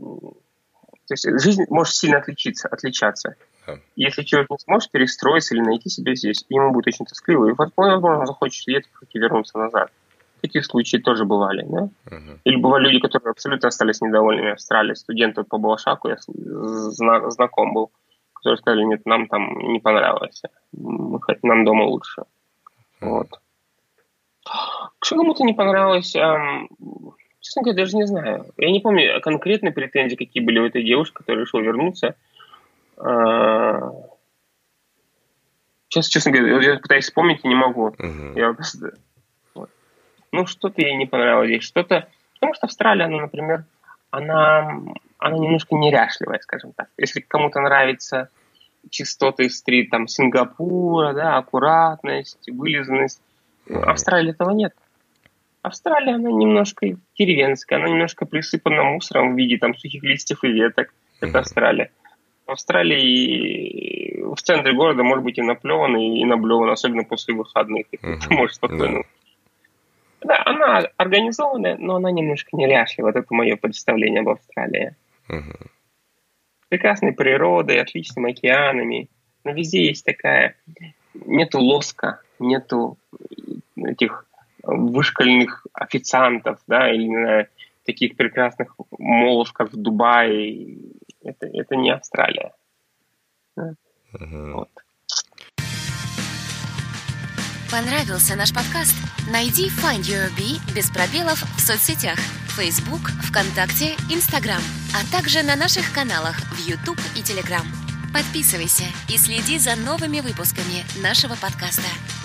То есть жизнь может сильно отличиться, отличаться. Uh-huh. Если человек не сможет перестроиться или найти себя здесь, ему будет очень тоскливо. И, возможно, он захочет ехать и вернуться назад. Такие случаи тоже бывали, да? Uh-huh. Или бывали люди, которые абсолютно остались недовольными Австралией. Студенты по Балашаку, я зна- знаком был, которые сказали, нет, нам там не понравилось. Нам дома лучше. Uh-huh. Вот. Что кому-то не понравилось, эм, честно говоря, даже не знаю. Я не помню конкретные претензии, какие были у этой девушки, которая решила вернуться. Э-э- Сейчас, честно говоря, я пытаюсь вспомнить и не могу. Uh-huh. Я просто... Ну, что-то ей не понравилось здесь, что-то... Потому что Австралия, она, например, она, она немножко неряшливая, скажем так. Если кому-то нравится чистота стрит, там, Сингапура, да, аккуратность, вылизанность, Австралии этого нет. Австралия, она немножко деревенская, она немножко присыпана мусором в виде там сухих листьев и веток. Это Австралия. В Австралии в центре города может быть и наплевано, и наблевано, особенно после выходных. Ты можешь спокойно... Да, она организованная, но она немножко неряшливая. Вот это мое представление об Австралии. Uh-huh. Прекрасной природой, отличными океанами. Но везде есть такая... Нету лоска, нету этих вышкольных официантов, да, или, не знаю, таких прекрасных молов, как в Дубае. Это, это не Австралия. Да? Uh-huh. Вот. Понравился наш подкаст? Найди Find Your Bee без пробелов в соцсетях Facebook, ВКонтакте, Instagram, а также на наших каналах в YouTube и Telegram. Подписывайся и следи за новыми выпусками нашего подкаста.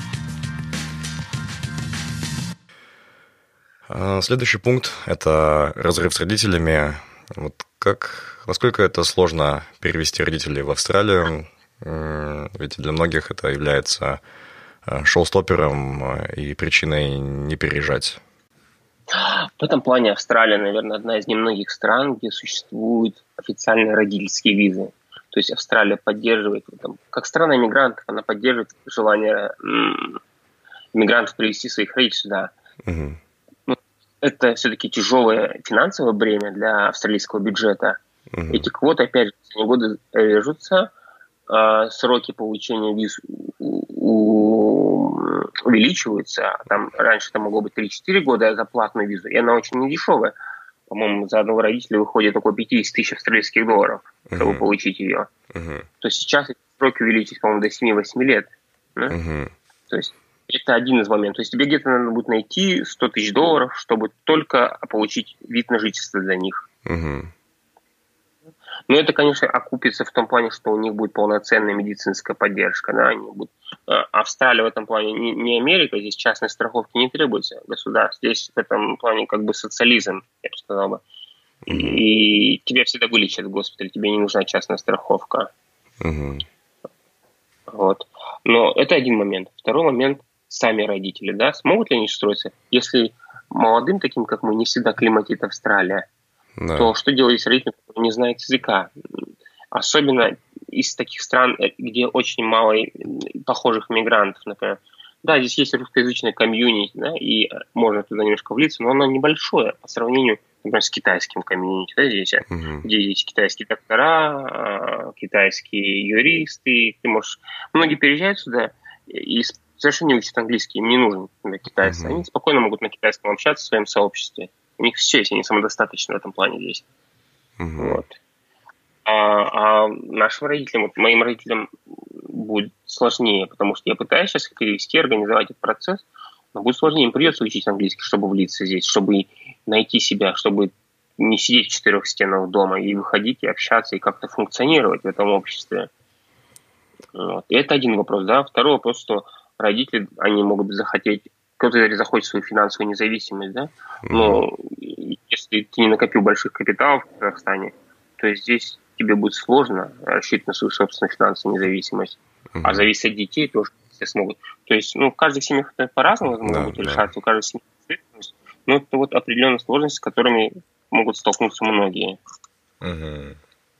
Следующий пункт – это разрыв с родителями. Вот как, насколько это сложно перевести родителей в Австралию? Ведь для многих это является шоу-стоппером и причиной не переезжать. В этом плане Австралия, наверное, одна из немногих стран, где существуют официальные родительские визы. То есть Австралия поддерживает, там, как страна иммигрантов, она поддерживает желание м- иммигрантов привезти своих родителей сюда. Угу. Ну, это все-таки тяжелое финансовое бремя для австралийского бюджета. Угу. Эти квоты, опять же, в годы режутся, а сроки получения виз увеличиваются. Там, раньше это могло быть три-четыре года за платную визу, и она очень недешевая. По-моему, за одного родителя выходит около пятьдесят тысяч австралийских долларов, чтобы uh-huh. получить ее. Uh-huh. То есть сейчас эти сроки увеличились, по-моему, до семь-восемь лет. Да? Uh-huh. То есть это один из моментов. То есть тебе где-то надо будет найти сто тысяч долларов, чтобы только получить вид на жительство для них. Uh-huh. Но это, конечно, окупится в том плане, что у них будет полноценная медицинская поддержка. Да? Они будут... Австралия в этом плане не, не Америка, здесь частной страховки не требуется государств. Здесь в этом плане как бы социализм, я бы сказал бы. И, и тебя всегда вылечат в госпитале, тебе не нужна частная страховка. Uh-huh. Вот. Но это один момент. Второй момент – сами родители. Да? Смогут ли они строиться? Если молодым, таким как мы, не всегда климатит Австралия, да. то что делать с родителями, которые не знают языка? Особенно из таких стран, где очень мало похожих мигрантов, например. Да, здесь есть русскоязычная комьюнити, да, и можно туда немножко влиться, но оно небольшое по сравнению, например, с китайским комьюнити, да, здесь, uh-huh. где есть китайские доктора, китайские юристы. Ты можешь... Многие переезжают сюда и совершенно не учат английский, им не нужен китайцы. Uh-huh. Они спокойно могут на китайском общаться в своем сообществе. У них все есть, они самодостаточны в этом плане здесь. Угу. Вот. А, а нашим родителям, вот моим родителям будет сложнее, потому что я пытаюсь сейчас их перевести, организовать этот процесс, но будет сложнее. Им придется учить английский, чтобы влиться здесь, чтобы найти себя, чтобы не сидеть в четырех стенах дома и выходить, и общаться, и как-то функционировать в этом обществе. Вот. И это один вопрос, да. Второй вопрос, что родители, они могут захотеть, кто-то захочет свою финансовую независимость, да. Но если ты не накопил больших капиталов в Казахстане, то здесь тебе будет сложно рассчитывать на свою собственную финансовую независимость. Mm-hmm. А зависеть от детей тоже все смогут. То есть, ну, в каждой семье по-разному да, могут да. решаться, у каждой семьи ответственность. Но это вот определенные сложности, с которыми могут столкнуться многие. Mm-hmm.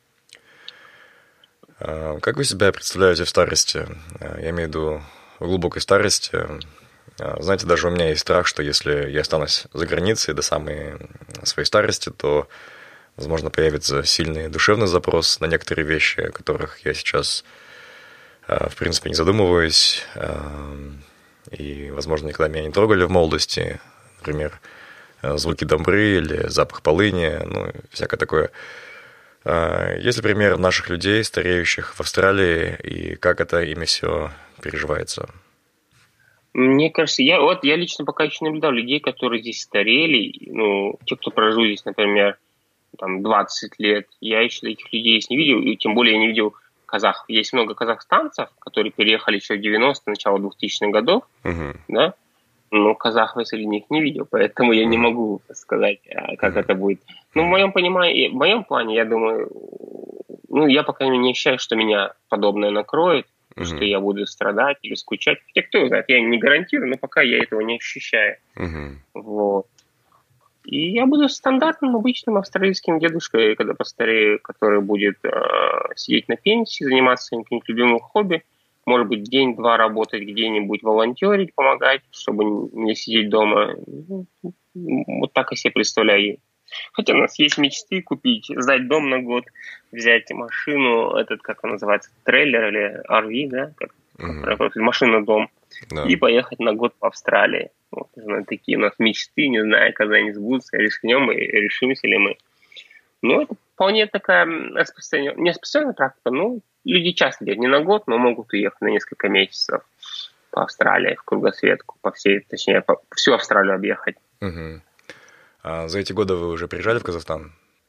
А как вы себя представляете в старости? Я имею в виду в глубокой старости. Знаете, даже у меня есть страх, что если я останусь за границей до самой своей старости, то возможно, появится сильный душевный запрос на некоторые вещи, о которых я сейчас, в принципе, не задумываюсь. И, возможно, никогда меня не трогали в молодости. Например, звуки домбры или запах полыни, ну, всякое такое. Есть ли пример наших людей, стареющих в Австралии, и как это ими все переживается? Мне кажется, я вот я лично пока еще наблюдал людей, которые здесь старели, ну, те, кто прожил здесь, например, там двадцать лет, я еще таких людей здесь не видел, и тем более я не видел казахов. Есть много казахстанцев, которые переехали еще в девяностые, начало двухтысячных годов, uh-huh. да, но казахов я среди них не видел, поэтому я не могу сказать, как uh-huh. это будет. Ну, в моем понимании, в моем плане, я думаю, ну, я, по крайней мере, не ощущаю, что меня подобное накроет, uh-huh. что я буду страдать или скучать. Хотя, кто знает, я не гарантирую, но пока я этого не ощущаю. Uh-huh. Вот. И я буду стандартным, обычным австралийским дедушкой, когда постарею, который будет э, сидеть на пенсии, заниматься своим каким-то любимым хобби, может быть, день-два работать где-нибудь, волонтерить, помогать, чтобы не сидеть дома. Вот так я себе представляю. Хотя у нас есть мечты купить, сдать дом на год, взять машину, этот, как он называется, трейлер или ар ви, да, как, mm-hmm. машина-дом, yeah. и поехать на год по Австралии. Вот, такие у нас мечты, не знаю, когда они сбудутся, рискнем и решимся ли мы. Ну, это вполне такая распространенная, не распространенная практика, ну, люди часто делают, не на год, но могут уехать на несколько месяцев по Австралии, в кругосветку, по всей, точнее, по всю Австралию объехать. Угу. А за эти годы вы уже приезжали в Казахстан?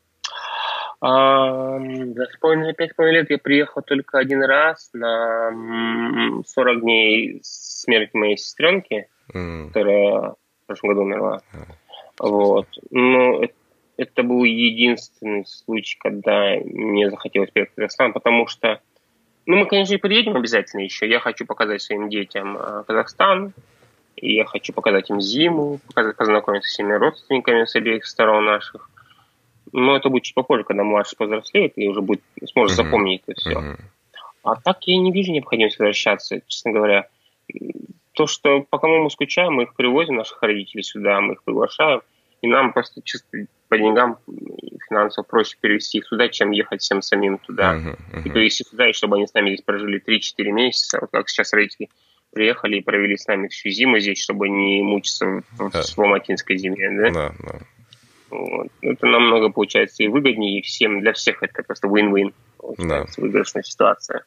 А, за пять с половиной лет я приехал только один раз на сорок дней смерти моей сестренки, mm. которая в прошлом году умерла. Mm. Вот. Но это, это был единственный случай, когда мне захотелось приехать в Казахстан, потому что, ну, мы, конечно, и приедем обязательно еще. Я хочу показать своим детям Казахстан, и я хочу показать им зиму, показать, познакомиться с всеми родственниками с обеих сторон наших. Но это будет чуть попозже, когда младший повзрослеет и уже будет, сможет mm-hmm. запомнить это все. Mm-hmm. А так я не вижу необходимости возвращаться, честно говоря. То, что по кому мы скучаем, мы их привозим, наших родителей, сюда, мы их приглашаем, и нам просто чисто по деньгам финансово проще перевести их туда, чем ехать всем самим туда. Uh-huh, uh-huh. И привезти сюда, и чтобы они с нами здесь прожили три-четыре месяца, вот как сейчас родители приехали и провели с нами всю зиму здесь, чтобы не мучиться в, uh-huh. в ломатинской зиме. Да? Uh-huh, uh-huh. Вот. Это намного получается и выгоднее, и всем, для всех это просто win-win. Uh-huh. Выигрышная ситуация.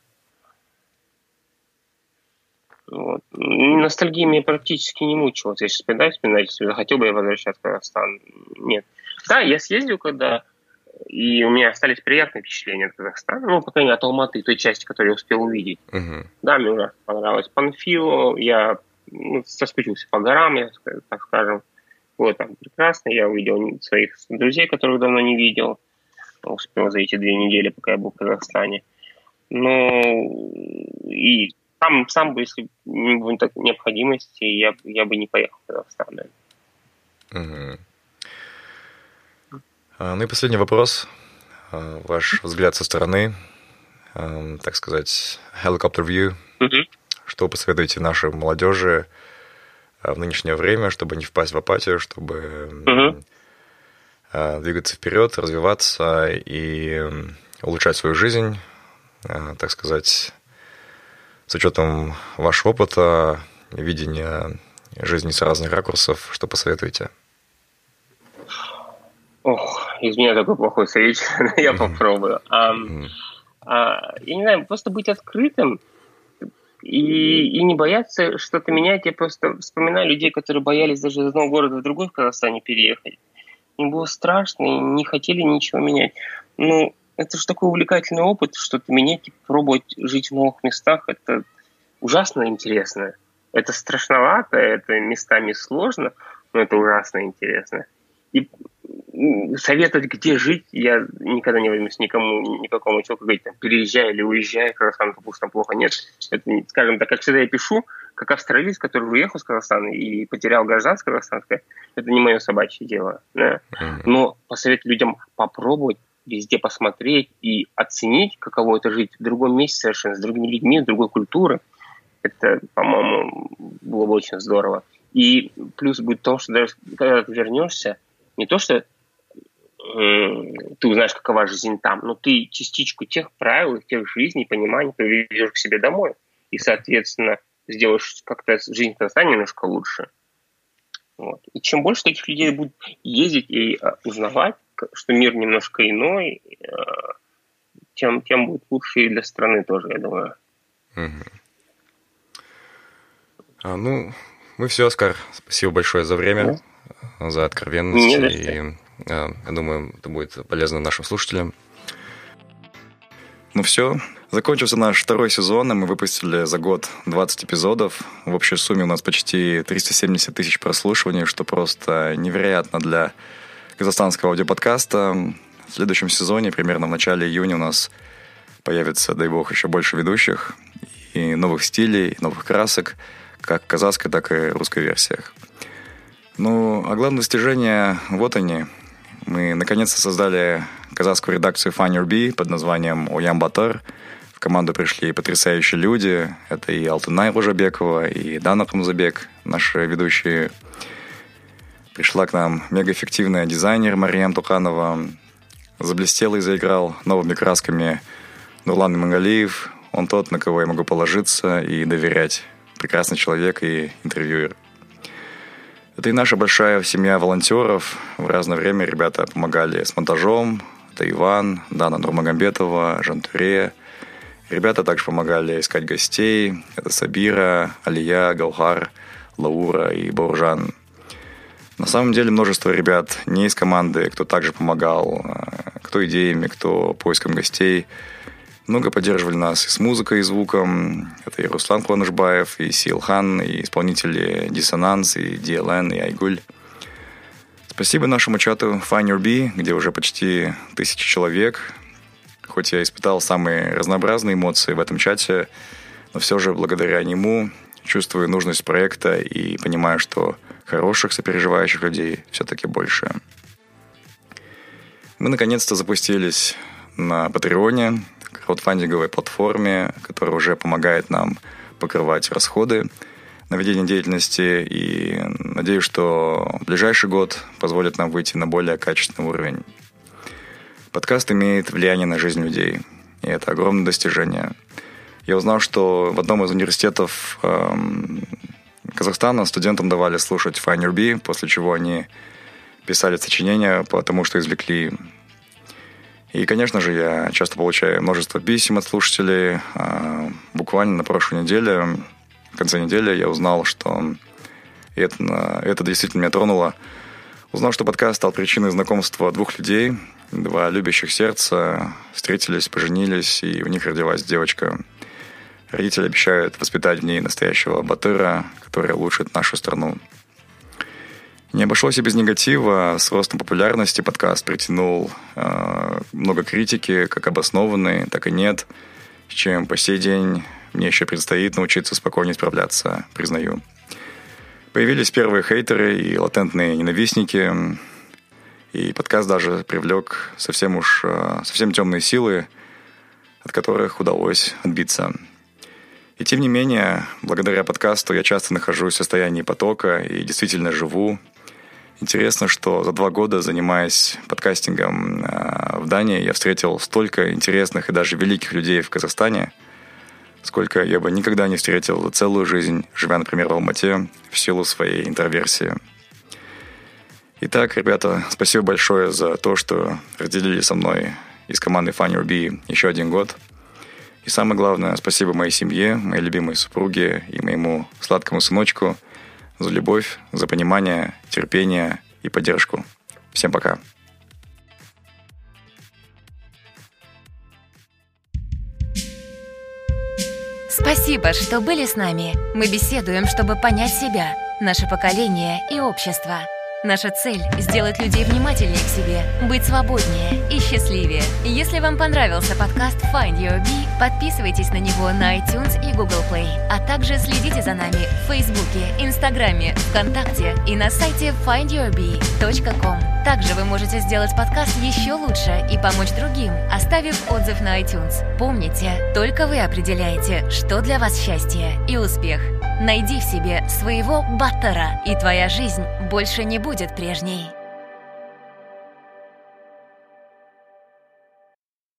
Вот. Ностальгия меня практически не мучила. Вот я сейчас вспоминаю, вспоминаю, если захотел бы я возвращаться в Казахстан. Нет. Да, я съездил, когда... И у меня остались приятные впечатления от Казахстана. Ну, по крайней мере, от Алматы, той части, которую я успел увидеть. Uh-huh. Да, мне ужасно понравилось Панфило. Я ну, соскучился по горам, я, так скажем. Вот, там прекрасно. Я увидел своих друзей, которых давно не видел. Успел за эти две недели, пока я был в Казахстане. Но... И... Сам, сам бы, если не было такой необходимости, я, я бы не поехал в Казахстан. Угу. А, ну и последний вопрос. А, ваш взгляд со стороны, а, так сказать, helicopter view. Угу. Что вы посоветуете нашей молодежи в нынешнее время, чтобы не впасть в апатию, чтобы угу. а, двигаться вперед, развиваться и улучшать свою жизнь, а, так сказать... С учетом вашего опыта, видения жизни с разных ракурсов, что посоветуете? Ох, из меня такой плохой советчик, я попробую. А, а, я не знаю, просто быть открытым и, и не бояться что-то менять. Я просто вспоминаю людей, которые боялись даже из одного города в другой в Казахстане переехать. Им было страшно и не хотели ничего менять. Ну, это же такой увлекательный опыт, что-то менять и пробовать жить в новых местах. Это ужасно интересно. Это страшновато, это местами сложно, но это ужасно интересно. И советовать, где жить, я никогда не возьмусь никому, никакому человеку говорить, там, переезжай или уезжай, Казахстан, потому что там плохо. Нет, это, скажем так, как всегда я пишу, как австралиец, который уехал с Казахстана и потерял гражданство казахстанское, это не мое собачье дело. Да? Mm-hmm. Но посоветовать людям попробовать везде посмотреть и оценить, каково это жить в другом месте совершенно, с другими людьми, с другой культурой, это, по-моему, было бы очень здорово. И плюс будет в том, что даже когда ты вернешься, не то, что э, ты узнаешь, какова жизнь там, но ты частичку тех правил, тех жизней, пониманий приведешь к себе домой. И, соответственно, сделаешь как-то жизнь в Казахстане немножко лучше. Вот. И чем больше таких людей будет ездить и э, узнавать, что мир немножко иной, э, тем, тем будет лучше и для страны тоже, я думаю. Mm-hmm. А, ну, мы все, Оскар. Спасибо большое за время, yeah. за откровенность. И, я думаю, это будет полезно нашим слушателям. Ну все, закончился наш второй сезон, и мы выпустили за год двадцать эпизодов. В общей сумме у нас почти триста семьдесят тысяч прослушиваний, что просто невероятно для казахстанского аудиоподкаста. В следующем сезоне, примерно в начале июня, у нас появится, дай бог, еще больше ведущих и новых стилей, и новых красок, как в казахской, так и русской версиях. Ну, а главное достижение, вот они. Мы наконец-то создали казахскую редакцию Find Your Bee под названием Оян Батыр. В команду пришли потрясающие люди. Это и Алтынай Лужабекова, и Дана Хамзабек, наши ведущие. Пришла к нам мегаэффективная дизайнер Мариям Туканова. Заблестел и заиграл новыми красками Нурлан Мангалиев. Он тот, на кого я могу положиться и доверять. Прекрасный человек и интервьюер. Это и наша большая семья волонтеров. В разное время ребята помогали с монтажом. Это Иван, Дана Нурмагомбетова, Жантуре. Ребята также помогали искать гостей. Это Сабира, Алия, Гаухар, Лаура и Бауржан. На самом деле множество ребят не из команды, кто также помогал, кто идеями, кто поиском гостей. Много поддерживали нас и с музыкой, и звуком. Это и Руслан Куанышбаев, и Силхан, и исполнители Диссонанс, и ди эл эн, и Айгуль. Спасибо нашему чату Find Your Bee, где уже почти тысяча человек. Хоть я испытал самые разнообразные эмоции в этом чате, но все же благодаря нему чувствую нужность проекта и понимаю, что хороших сопереживающих людей все-таки больше. Мы наконец-то запустились на Патреоне, краудфандинговой платформе, которая уже помогает нам покрывать расходы на ведение деятельности, и надеюсь, что ближайший год позволит нам выйти на более качественный уровень. Подкаст имеет влияние на жизнь людей, и это огромное достижение. Я узнал, что в одном из университетов эм, Казахстана студентам давали слушать Find Your Bee, после чего они писали сочинения по тому, что извлекли. И, конечно же, я часто получаю множество писем от слушателей. Буквально на прошлой неделе, в конце недели, я узнал, что это, это действительно меня тронуло. Узнал, что подкаст стал причиной знакомства двух людей. Два любящих сердца встретились, поженились, и у них родилась девочка. Родители обещают воспитать в ней настоящего батыра, который улучшит нашу страну. Не обошлось и без негатива. С ростом популярности подкаст притянул э, много критики, как обоснованной, так и нет, с чем по сей день мне еще предстоит научиться спокойнее справляться, признаю. Появились первые хейтеры и латентные ненавистники, и подкаст даже привлек совсем уж э, совсем темные силы, от которых удалось отбиться. И тем не менее, благодаря подкасту я часто нахожусь в состоянии потока и действительно живу. Интересно, что за два года, занимаясь подкастингом в Дании, я встретил столько интересных и даже великих людей в Казахстане, сколько я бы никогда не встретил за целую жизнь, живя, например, в Алмате, в силу своей интроверсии. Итак, ребята, спасибо большое за то, что разделили со мной из команды Find Your Bee еще один год. И самое главное, спасибо моей семье, моей любимой супруге и моему сладкому сыночку за любовь, за понимание, терпение и поддержку. Всем пока. Спасибо, что были с нами. Мы беседуем, чтобы понять себя, наше поколение и общество. Наша цель — сделать людей внимательнее к себе, быть свободнее и счастливее. Если вам понравился подкаст Find Your Bee, подписывайтесь на него на iTunes и Google Play, а также следите за нами в Фейсбуке, Инстаграме, ВКонтакте и на сайте файнд юр би точка ком. Также вы можете сделать подкаст еще лучше и помочь другим, оставив отзыв на iTunes. Помните, только вы определяете, что для вас счастье и успех. Найди в себе своего баттера, и твоя жизнь больше не будет прежней.